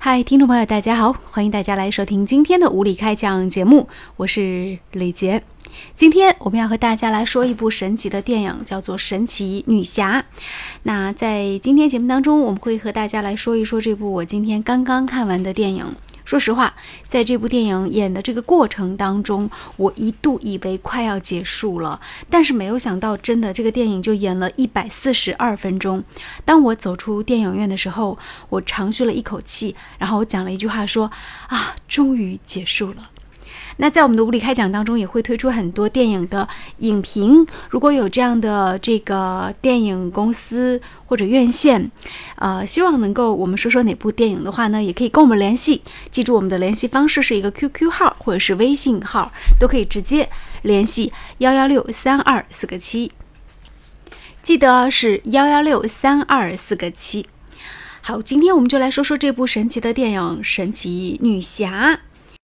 嗨，听众朋友大家好，欢迎大家来收听今天的无理开讲节目，我是李杰。今天我们要和大家来说一部神奇的电影，叫做《神奇女侠》。那在今天节目当中，我们会和大家来说一说这部我今天刚刚看完的电影。说实话，在这部电影演的这个过程当中，我一度以为快要结束了，但是没有想到，真的这个电影就演了142分钟。当我走出电影院的时候，我长吁了一口气，然后我讲了一句话说：啊，终于结束了。那在我们的无理开讲当中，也会推出很多电影的影评。如果有这样的这个电影公司或者院线，希望能够我们说说哪部电影的话呢，也可以跟我们联系。记住我们的联系方式是一个 QQ 号或者是微信号，都可以直接联系1163247，记得是1163247。好，今天我们就来说说这部神奇的电影《神奇女侠》。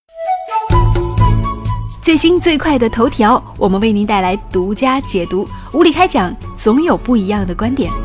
最新最快的头条，我们为您带来独家解读，无理开讲，总有不一样的观点。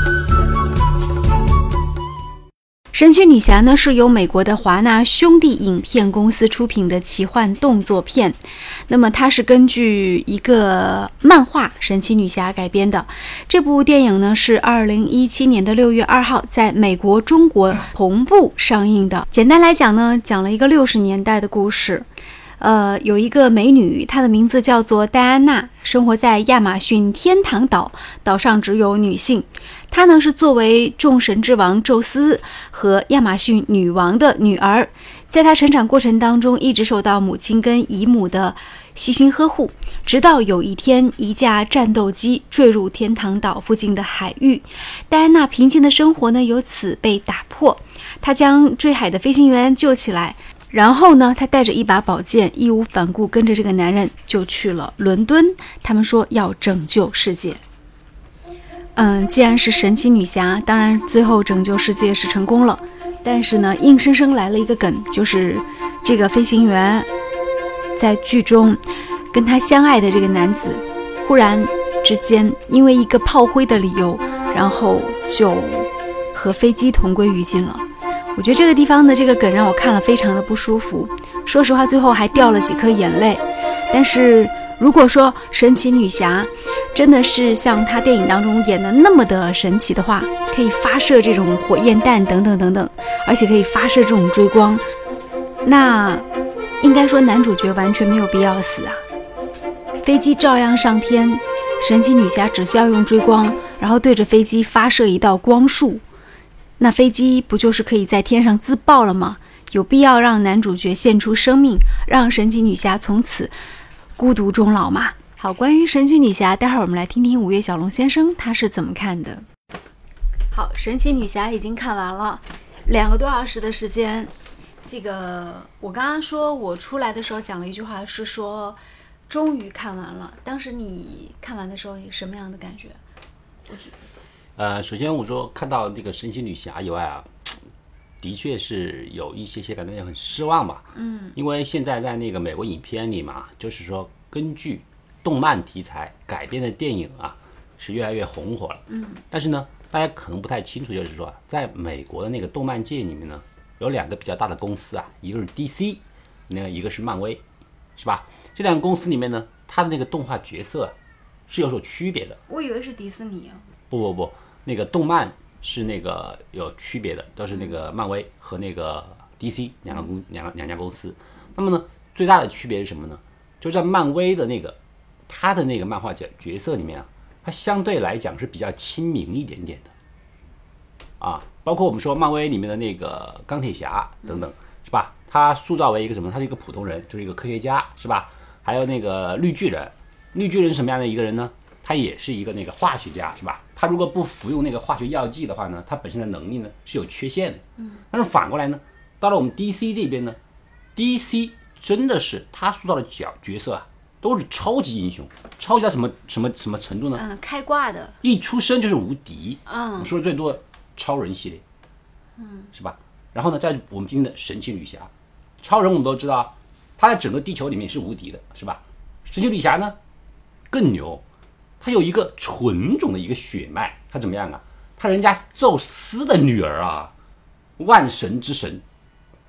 神奇女侠呢，是由美国的华纳兄弟影片公司出品的奇幻动作片。那么它是根据一个漫画《神奇女侠》改编的。这部电影呢是2017年的6月2号在美国、中国同步上映的。简单来讲呢，讲了一个60年代的故事。有一个美女，她的名字叫做戴安娜，生活在亚马逊天堂岛，岛上只有女性。她呢是作为众神之王宙斯和亚马逊女王的女儿，在她成长过程当中一直受到母亲跟姨母的悉心呵护，直到有一天一架战斗机坠入天堂岛附近的海域，戴安娜平静的生活呢由此被打破。她将坠海的飞行员救起来，然后呢，她带着一把宝剑，义无反顾跟着这个男人就去了伦敦。他们说要拯救世界。既然是神奇女侠，当然最后拯救世界是成功了。但是呢，硬生生来了一个梗，就是这个飞行员在剧中跟他相爱的这个男子，忽然之间因为一个炮灰的理由，然后就和飞机同归于尽了。我觉得这个地方的这个梗让我看了非常的不舒服，说实话最后还掉了几颗眼泪。但是如果说神奇女侠真的是像她电影当中演的那么的神奇的话，可以发射这种火焰弹等等等等，而且可以发射这种追光，那应该说男主角完全没有必要死啊，飞机照样上天，神奇女侠只需要用追光，然后对着飞机发射一道光束，那飞机不就是可以在天上自爆了吗？有必要让男主角献出生命，让神奇女侠从此孤独终老吗？好，关于神奇女侠，待会儿我们来听听五月小龙先生他是怎么看的。好，神奇女侠已经看完了2个多小时的时间。这个我刚刚说我出来的时候讲了一句话，是说终于看完了。当时你看完的时候你什么样的感觉？ 首先我说看到这个神奇女侠以外啊，的确是有一些感觉很失望吧。因为现在在那个美国影片里嘛，就是说根据动漫题材改编的电影啊，是越来越红火了。但是呢，大家可能不太清楚，就是说在美国的那个动漫界里面呢，有2个比较大的公司啊，一个是 DC， 一个是漫威，是吧？这2个公司里面呢，它的那个动画角色是有所区别的。 我以为是迪士尼啊。 不，那个动漫是那个有区别的，都是那个漫威和那个 DC 两家公司。那么呢，最大的区别是什么呢？就在漫威的那个他的那个漫画角色里面啊，它相对来讲是比较亲民一点点的啊。包括我们说漫威里面的那个钢铁侠等等，是吧？他塑造为一个什么？他是一个普通人，就是一个科学家，是吧？还有那个绿巨人，绿巨人是什么样的一个人呢？他也是一个那个化学家，是吧？他如果不服用那个化学药剂的话呢，他本身的能力呢是有缺陷的。但是反过来呢，到了我们 DC 这边呢 ，DC 真的是他塑造的角色啊，都是超级英雄，超级到什么程度呢？ 开挂的， 一出生就是无敌。我说的最多超人系列，是吧？然后呢，在我们今天的神奇女侠，超人我们都知道，他在整个地球里面是无敌的，是吧？神奇女侠呢更牛。他有一个纯种的一个血脉，他怎么样啊？他人家宙斯的女儿啊，万神之神，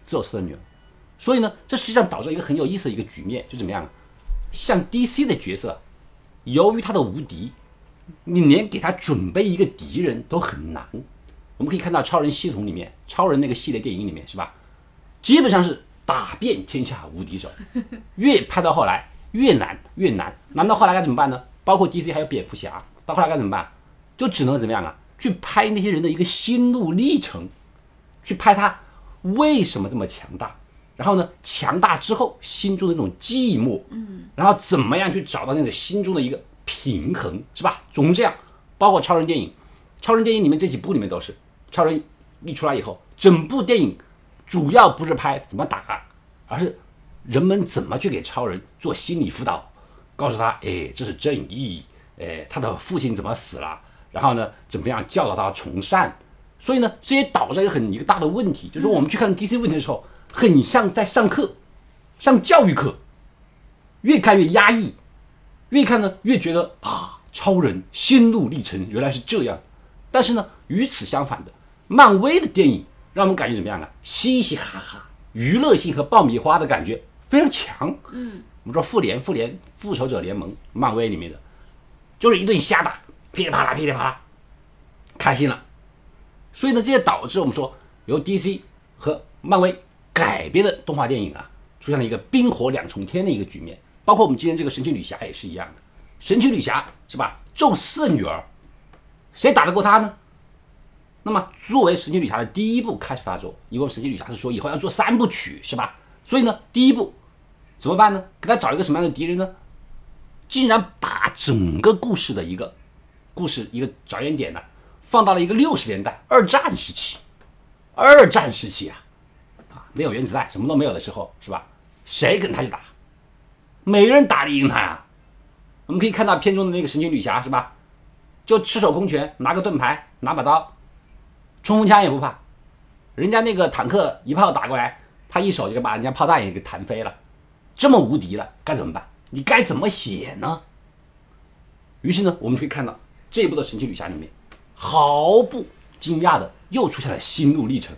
宙斯的女儿。所以呢，这实际上导致一个很有意思的一个局面，就怎么样啊？像 DC 的角色，由于他的无敌，你连给他准备一个敌人都很难。我们可以看到超人系统里面，超人那个系列电影里面是吧，基本上是打遍天下无敌手，越拍到后来越难越难，难到后来该怎么办呢？包括 DC 还有蝙蝠侠，到后来该怎么办？就只能怎么样啊？去拍那些人的一个心路历程，去拍他为什么这么强大，然后呢，强大之后心中的那种寂寞，然后怎么样去找到那个心中的一个平衡，是吧？总这样，包括超人电影，超人电影里面这几部里面都是，超人一出来以后，整部电影主要不是拍怎么打，而是人们怎么去给超人做心理辅导，告诉他，哎，这是正义，哎，他的父亲怎么死了，然后呢，怎么样教导他从善。所以呢，这也导致一个大的问题，就是说我们去看 DC 问题的时候，很像在上课，上教育课，越看越压抑，越看呢越觉得啊，超人心路历程原来是这样。但是呢，与此相反的，漫威的电影让我们感觉怎么样啊？嘻嘻哈哈，娱乐性和爆米花的感觉非常强。我们说复联、复仇者联盟，漫威里面的就是一顿瞎打，噼里啪啦噼里啪啦，开心了。所以呢，这也导致我们说由 DC 和漫威改编的动画电影啊，出现了一个冰火两重天的一个局面。包括我们今天这个神奇女侠也是一样的，神奇女侠是吧？宙斯的女儿，谁打得过她呢？那么作为神奇女侠的第一部开始大作，因为神奇女侠是说以后要做3部曲是吧？所以呢，第一部怎么办呢？给她找一个什么样的敌人呢？竟然把整个故事一个着眼点呢，放到了一个60年代二战时期没有原子弹，什么都没有的时候是吧？谁跟他去打？没人打得赢他呀。我们可以看到片中的那个神奇女侠是吧？就赤手空拳，拿个盾牌，拿把刀，冲锋枪也不怕，人家那个坦克一炮打过来，他一手就把人家炮弹也给弹飞了。这么无敌了，该怎么办？你该怎么写呢？于是呢，我们可以看到这一部的神奇女侠里面，毫不惊讶的又出现了心路历程。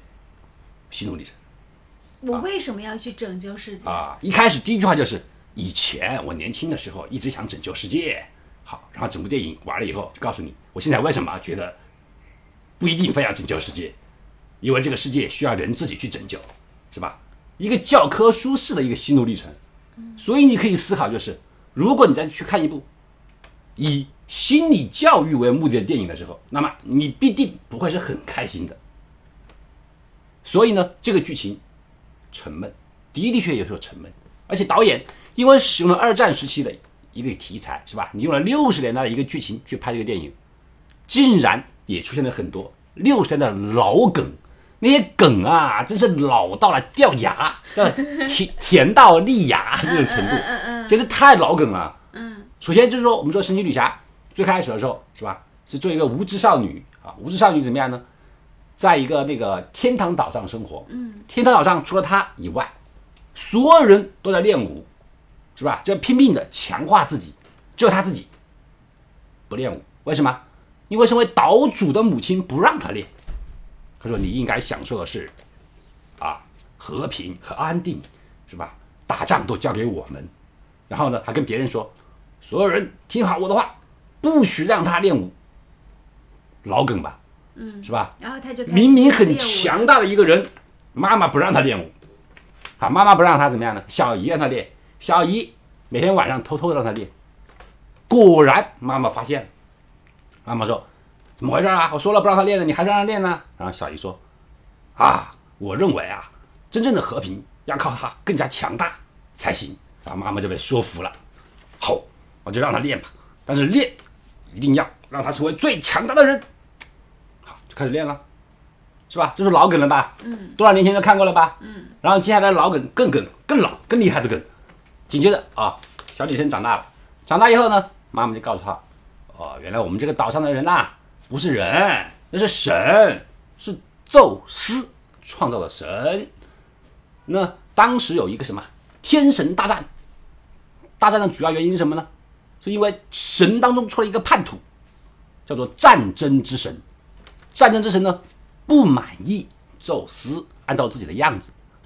我为什么要去拯救世界啊？一开始第一句话就是，以前我年轻的时候一直想拯救世界。好，然后整部电影完了以后就告诉你，我现在为什么觉得不一定非要拯救世界，因为这个世界需要人自己去拯救，是吧？一个教科书式的一个心路历程。所以你可以思考，就是如果你再去看一部以心理教育为目的的电影的时候，那么你必定不会是很开心的。所以呢，这个剧情沉闷，的确有时候沉闷，而且导演因为使用了二战时期的一个题材，是吧？你用了60年代的一个剧情去拍这个电影，竟然也出现了很多60年代的老梗。那些梗啊，真是老到了掉牙，甜到利牙那种程度，真是太老梗了。首先就是说，我们说神奇女侠最开始的时候是吧，是做一个无知少女啊，无知少女怎么样呢？在一个那个天堂岛上生活，天堂岛上除了她以外，所有人都在练武，是吧？就拼命的强化自己，只有她自己不练武。为什么？因为身为岛主的母亲不让她练。他说：“你应该享受的是，和平和安定，是吧？打仗都交给我们。然后呢，还跟别人说，所有人听好我的话，不许让他练武。老梗吧，是吧？ 然后他就明明很强大的一个人，妈妈不让他练武，妈妈不让他怎么样呢？小姨让他练，小姨每天晚上偷偷的让他练。果然，妈妈发现了，妈妈说。”怎么回事啊？我说了不让他练了，你还让他练呢？然后小姨说：“我认为真正的和平要靠他更加强大才行。”然后妈妈就被说服了。好，我就让他练吧，但是练一定要让他成为最强大的人。好，就开始练了，是吧？这是老梗了吧？多少年前都看过了吧？然后接下来老梗更老更厉害的梗，紧接着小女生长大了，长大以后呢，妈妈就告诉她：“原来我们这个岛上的人不是人，那是神，是宙斯创造的神。那当时有一个什么天神大战，大战的主要原因是什么呢？是因为神当中出了一个叛徒，叫做战争之神。战争之神呢不满意宙斯按照自己的样子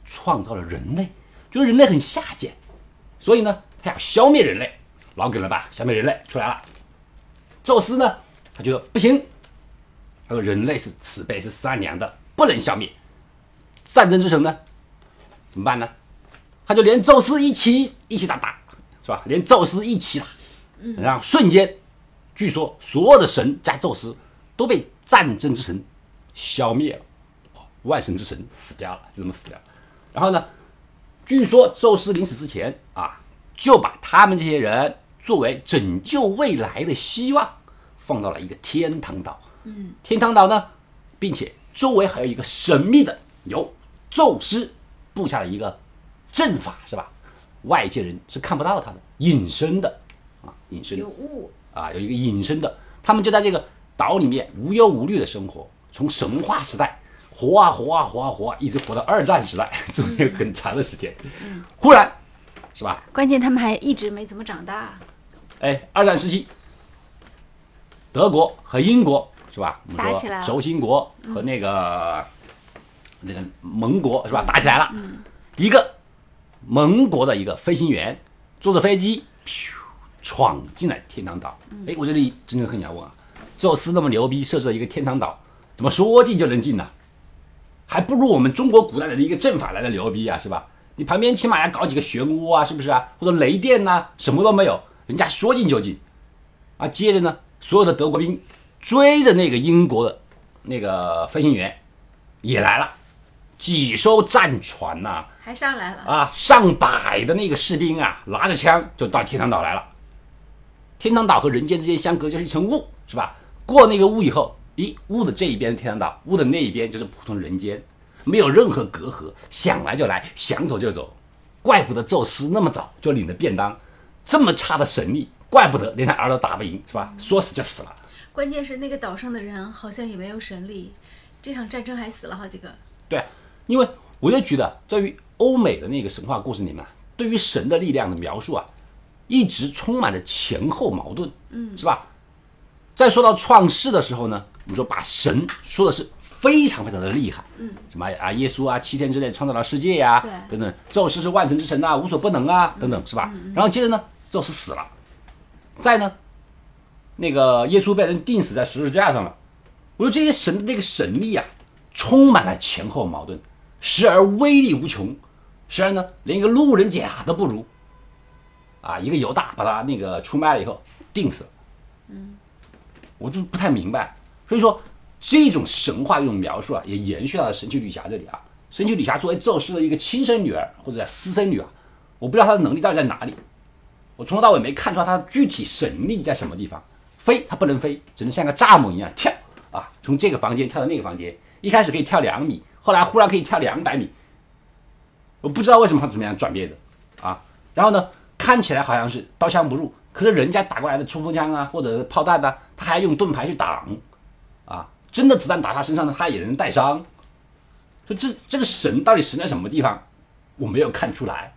创造了人类，觉得人类很下贱，所以呢，他要消灭人类。老梗了吧？消灭人类出来了。宙斯呢，他觉得不行，他说人类是慈悲是善良的，不能消灭。战争之神呢，怎么办呢？他就连宙斯一起打，是吧？连宙斯一起打，然后瞬间，据说所有的神加宙斯都被战争之神消灭了，万神之神死掉了，就这么死掉了。然后呢，据说宙斯临死之前啊，就把他们这些人作为拯救未来的希望，放到了一个天堂岛。天堂岛呢，并且周围还有一个神秘的由宙斯布下的一个阵法，是吧？外界人是看不到它的，隐身的啊，隐身有雾啊，有一个隐身的，他们就在这个岛里面无忧无虑的生活，从神话时代活啊，一直活到二战时代，中间很长的时间。忽然，是吧？ 关键他们还一直没怎么长大。 二战时期，德国和英国是吧？我们打起来了说轴心国和那个盟国是吧？打起来了。一个盟国的一个飞行员坐着飞机，闯进了天堂岛。我这里真的很想问啊，宙斯那么牛逼，设置了一个天堂岛，怎么说进就能进呢？还不如我们中国古代的一个阵法来的牛逼啊，是吧？你旁边起码要搞几个漩涡啊，是不是啊？或者雷电呐，什么都没有，人家说进就进啊。接着呢，所有的德国兵追着那个英国的那个飞行员也来了，几艘战船呐， 还上来了啊，上百的那个士兵啊，拿着枪就到天堂岛来了。天堂岛和人间之间相隔就是一层雾，是吧？过那个雾以后，雾的这一边是天堂岛，雾的那一边就是普通人间，没有任何隔阂，想来就来，想走就走。怪不得宙斯那么早就领了便当，这么差的神力，怪不得连他儿子打不赢，是吧？说死就死了。 关键是那个岛上的人好像也没有神力，这场战争还死了好几个。 对，因为我就觉得，在于欧美的那个神话故事里面，对于神的力量的描述啊，一直充满着前后矛盾，是吧？在说到创世的时候呢，我们说把神说的是非常非常的厉害，什么啊，耶稣啊7天之内创造了世界呀，等等，宙斯是万神之神啊，无所不能啊，等等，是吧？然后接着呢，宙斯死了，再呢，那个耶稣被人钉死在十字架上了。我说这些神的那个神力啊，充满了前后矛盾，时而威力无穷，时而呢连一个路人甲都不如。啊，一个犹大把他那个出卖了以后钉死了。我就不太明白。所以说这种神话这种描述啊，也延续到了神奇女侠这里啊。神奇女侠作为宙斯的一个亲生女儿或者私生女啊，我不知道她的能力到底在哪里。我从头到尾没看出她的具体神力在什么地方。飞她不能飞，只能像个蚱蜢一样跳啊，从这个房间跳到那个房间。一开始可以跳2米，后来忽然可以跳200米。我不知道为什么她怎么样转变的啊。然后呢，看起来好像是刀枪不入，可是人家打过来的冲锋枪啊或者炮弹啊，他还用盾牌去挡啊，真的子弹打他身上呢，他也能带伤。所以这个神到底神在什么地方，我没有看出来，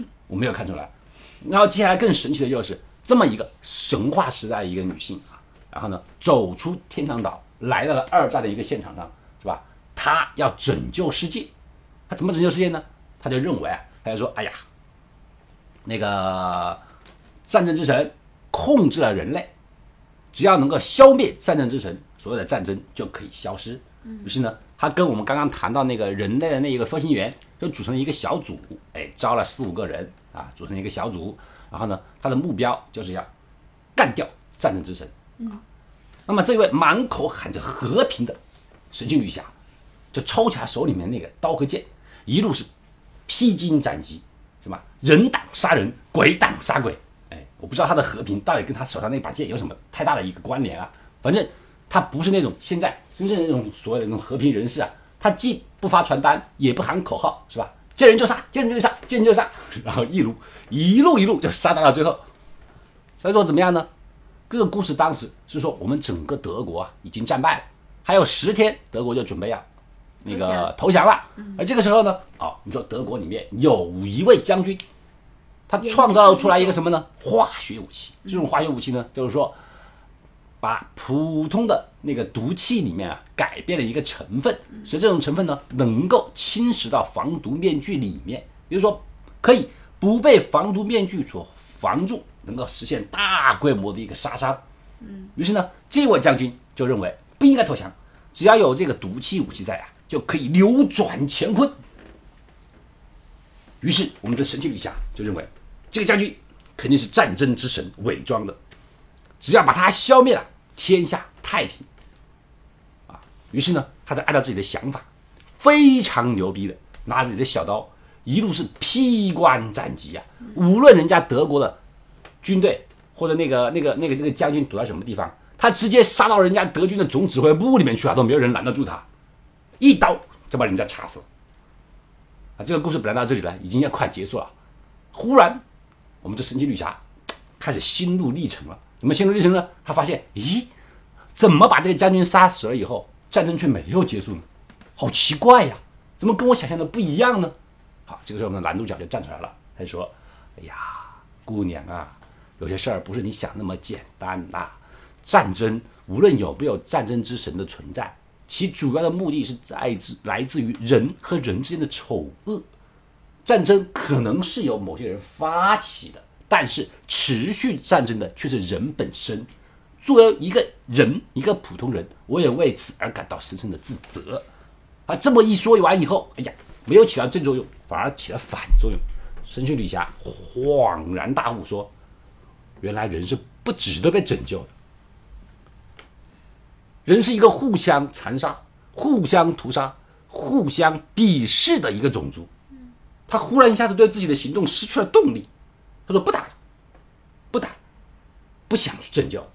然后接下来更神奇的就是这么一个神话时代的一个女性啊，然后呢走出天堂岛，来到了2战的一个现场上，是吧？她要拯救世界，她怎么拯救世界呢？她就认为啊，她就说，哎呀，那个战争之神控制了人类，只要能够消灭战争之神，所有的战争就可以消失。于是呢，他跟我们刚刚谈到那个人类的那个飞行员，就组成了一个小组，招了4-5个人啊，组成一个小组。然后呢，他的目标就是要干掉战争之神。那么这位满口喊着和平的神奇女侠，就抽起来手里面那个刀和剑，一路是披荆斩棘，是吧？人挡杀人，鬼挡杀鬼。我不知道他的和平到底跟他手上那把剑有什么太大的一个关联啊？反正他不是那种现在真正的那种所谓的那种和平人士啊，他既不发传单，也不喊口号，是吧？见人就杀，见人就杀，见人就杀，然后一路就杀到了最后。所以说怎么样呢？这个故事当时是说我们整个德国啊已经战败了，还有10天德国就准备要那个投降了。而这个时候呢，你说德国里面有一位将军，他创造出来一个什么呢？化学武器。这种化学武器呢，就是说把普通的那个毒气里面改变了一个成分，使这种成分呢能够侵蚀到防毒面具里面，也就是说可以不被防毒面具所防住，能够实现大规模的一个杀伤。于是呢，这位将军就认为不应该投降，只要有这个毒气武器在就可以扭转乾坤。于是我们的神奇女侠就认为这个将军肯定是战争之神伪装的，只要把他消灭了，天下太平。于是呢，他就按照自己的想法，非常牛逼的拿着自己的小刀，一路是披关斩棘无论人家德国的军队或者那个将军躲在什么地方，他直接杀到人家德军的总指挥部里面去都没有人拦得住他，一刀就把人家插死了。这个故事本来到这里来已经要快结束了，忽然我们的神奇女侠开始心路历程了。怎么心路历程呢？他发现，咦，怎么把这个将军杀死了以后，战争却没有结束呢？好奇怪呀，怎么跟我想象的不一样呢？好，这个时候我们的男主角就站出来了，他就说：“哎呀，姑娘有些事儿不是你想那么简单战争无论有没有战争之神的存在，其主要的目的是来自于人和人之间的丑恶。战争可能是由某些人发起的，但是持续战争的却是人本身。作为一个人，一个普通人，我也为此而感到深深的自责。”这么一说完以后，哎呀，没有起到正作用，反而起了反作用。神奇女侠恍然大悟说：“原来人是不值得被拯救的，人是一个互相残杀、互相屠杀、互相鄙视的一个种族。”他忽然一下子对自己的行动失去了动力，他说：“不打了，不打，不想去拯救。”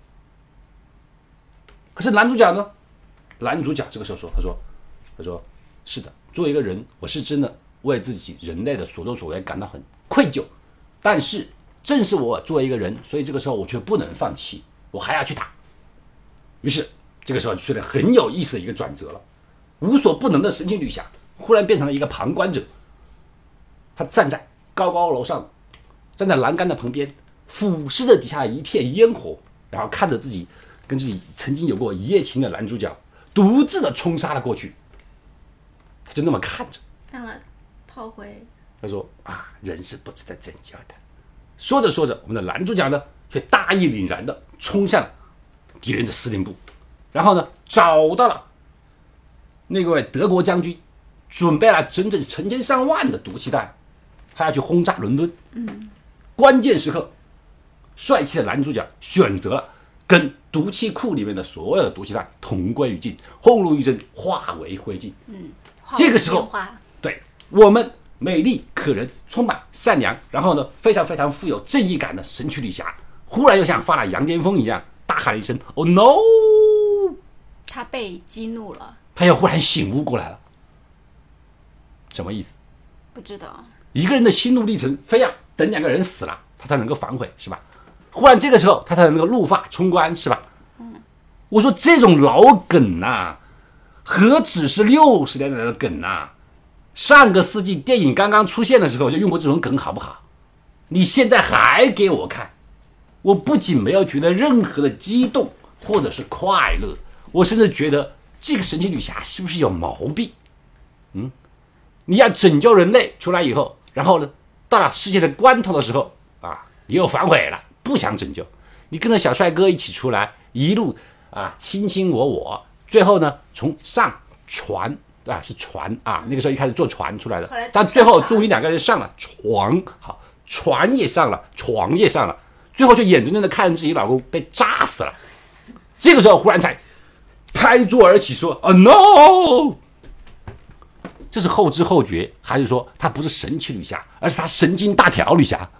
可是男主角呢？男主角这个时候说：“他说是的，作为一个人，我是真的为自己人类的所作所为感到很愧疚，但是正是我作为一个人，所以这个时候我却不能放弃，我还要去打。”于是这个时候出现很有意思的一个转折了，无所不能的神奇女侠忽然变成了一个旁观者，她站在高高楼上，站在栏杆的旁边，俯视着底下一片烟火，然后看着自己跟自己曾经有过一夜情的男主角独自的冲杀了过去。他就那么看着， 当了炮灰。 他说：“人是不值得拯救的。”说着说着，我们的男主角呢，却大义凛然的冲向敌人的司令部，然后呢，找到了那位德国将军，准备了整整成千上万的毒气弹，他要去轰炸伦敦。关键时刻，帅气的男主角选择了跟毒气库里面的所有的毒气弹同归于尽，轰隆一声化为灰烬。这个时候，对我们美丽可人、充满善良，然后呢非常非常富有正义感的神奇女侠，忽然又像发了羊癫疯一样，大喊了一声 ：“Oh no！” 他被激怒了， 他又忽然醒悟过来了。什么意思？ 不知道。 一个人的心路历程，非要等两个人死了，他才能够反悔，是吧？忽然这个时候，他才能够怒发冲冠，是吧？我说这种老梗何止是60年代的梗上个世纪电影刚刚出现的时候就用过这种梗，好不好？你现在还给我看，我不仅没有觉得任何的激动或者是快乐，我甚至觉得这个神奇女侠是不是有毛病？你要拯救人类出来以后，然后呢，到了世界的关头的时候你又反悔了，不想拯救，你跟着小帅哥一起出来，一路卿卿我我，最后呢，从上船是船那个时候一开始坐船出来的，但最后终于两个人上了床，好，船也上了，床也上了，最后却眼睁睁的看着自己老公被炸死了。这个时候忽然才拍桌而起说：“no！” 这是后知后觉，还是说她不是神奇女侠，而是她神经大条女侠？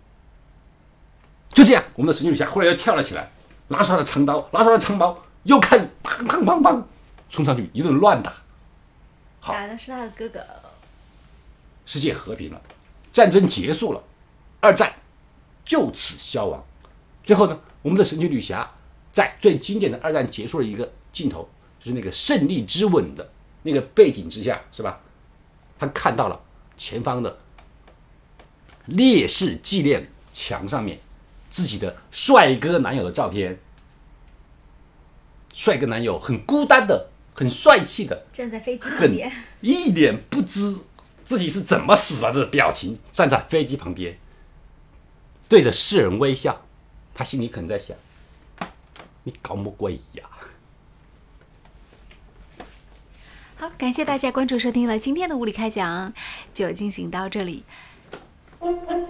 就这样，我们的神奇女侠忽然又跳了起来，拿出她的长刀，拿出她的长矛，又开始砰砰砰砰冲上去，一顿乱打。好， 打的是他的哥哥。 世界和平了，战争结束了，二战就此消亡。最后呢，我们的神奇女侠在最经典的二战结束的一个镜头，就是那个胜利之吻的那个背景之下，是吧？她看到了前方的烈士纪念墙上面自己的帅哥男友的照片， 帅哥男友很孤单的、很帅气的， 站在飞机旁很边， 一脸不知自己是怎么死了的表情，站在飞机旁边，对着世人微笑。他心里可能在想：你搞乜鬼呀？ 好，感谢大家关注收听了今天的物理开讲，就进行到这里。